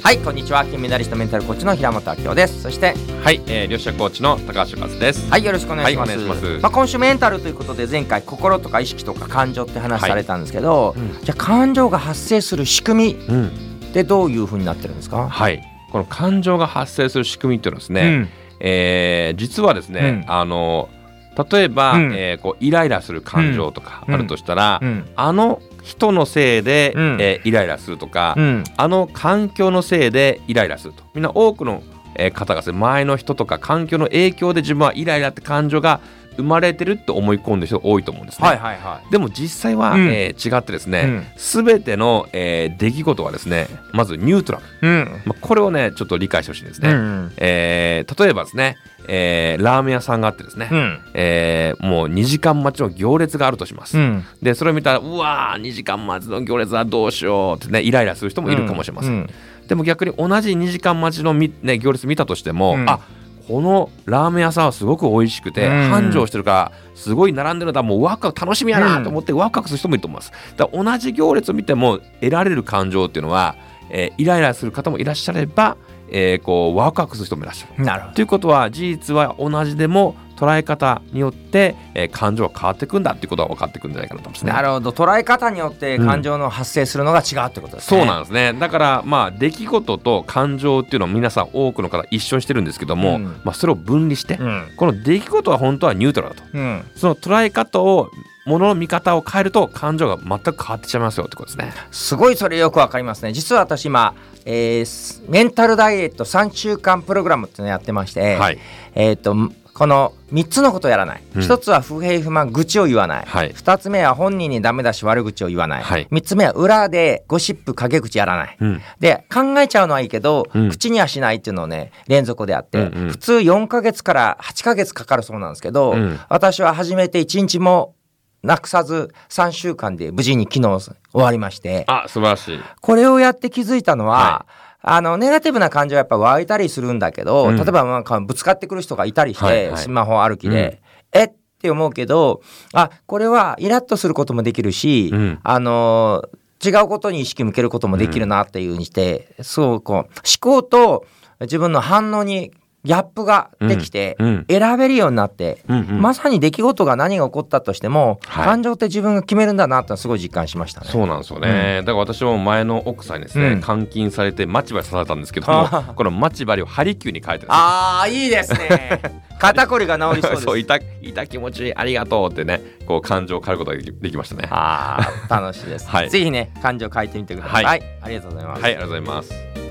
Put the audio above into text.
はい、こんにちは。金メダリストメンタルコーチの平本明夫です。そしてはい、両者コーチの高橋和です。 はい、よろしくお願いします。 はい、お願いします。 今週メンタルということで、前回心とか意識とか感情って話されたんですけど、じゃあ感情が発生する仕組みってどういう風になってるんですか？ はい、この感情が発生する仕組みっていうのはですね、実はですね、例えば、こうイライラする感情とかあるとしたら、あの人のせいで、イライラするとか、あの環境のせいでイライラすると、みんな多くの、方がですね、周りの人とか環境の影響で自分はイライラって感情が生まれてるって思い込んでる人が多いと思うんですね。でも実際は、違ってですね、全ての、出来事はですね、まずニュートラル、これをねちょっと理解してほしいんですね。例えばですね、ラーメン屋さんがあってですね、もう2時間待ちの行列があるとします。でそれを見たら、うわー2時間待ちの行列はどうしようってね、イライラする人もいるかもしれません。でも逆に同じ2時間待ちの、行列見たとしても、このラーメン屋さんはすごく美味しくて、繁盛してるからすごい並んでるのだ、もうワクワク楽しみやなと思ってワクワクする人もいると思います。だから同じ行列を見ても得られる感情っていうのは、イライラする方もいらっしゃれば、こうワクワクする人もいらっしゃる。 なるほど。 ということは事実は同じでも捉え方によって、感情が変わっていくんだっていうことが分かってくるんじゃないかなと思いますね。 なるほど。捉え方によって感情の発生するのが違うってことですね。 そうなんですね。だから出来事と感情っていうのは皆さん多くの方一緒にしてるんですけども、それを分離して、この出来事は本当はニュートラルだと、その捉え方を、ものの見方を変えると感情が全く変わってしまいますよってことですね。 すごいそれよくわかりますね。実は私今、メンタルダイエット3週間プログラムっていうのをやってまして、この3つのことをやらない、1つは不平不満愚痴を言わない、2つ目は本人にダメ出し悪口を言わない、3つ目は裏でゴシップ陰口やらない、で考えちゃうのはいいけど、口にはしないっていうのをね連続でやって、普通4ヶ月から8ヶ月かかるそうなんですけど、私は初めて1日もなくさず3週間で無事に昨日終わりまして、 素晴らしい。 これをやって気づいたのは、ネガティブな感情はやっぱ湧いたりするんだけど、例えばぶつかってくる人がいたりして、スマホ歩きで、って思うけど、これはイラッとすることもできるし、違うことに意識向けることもできるなっていう風にして、そうこう思考と自分の反応にギャップができて、選べるようになって、まさに出来事が何が起こったとしても、感情って自分が決めるんだなってすごい実感しましたね。 そうなんですよね。だから私も前の奥さんにですね、監禁されて待ち針されたんですけども、この待ち針をハリキューに変えてるんです。 いいですね。肩こりが治りそうです。 そう、痛気持ちいい、ありがとうってね、こう感情を変えることができましたね。 楽しいです。ぜひね、感情を変えてみてください。ありがとうございます。 はい、ありがとうございます。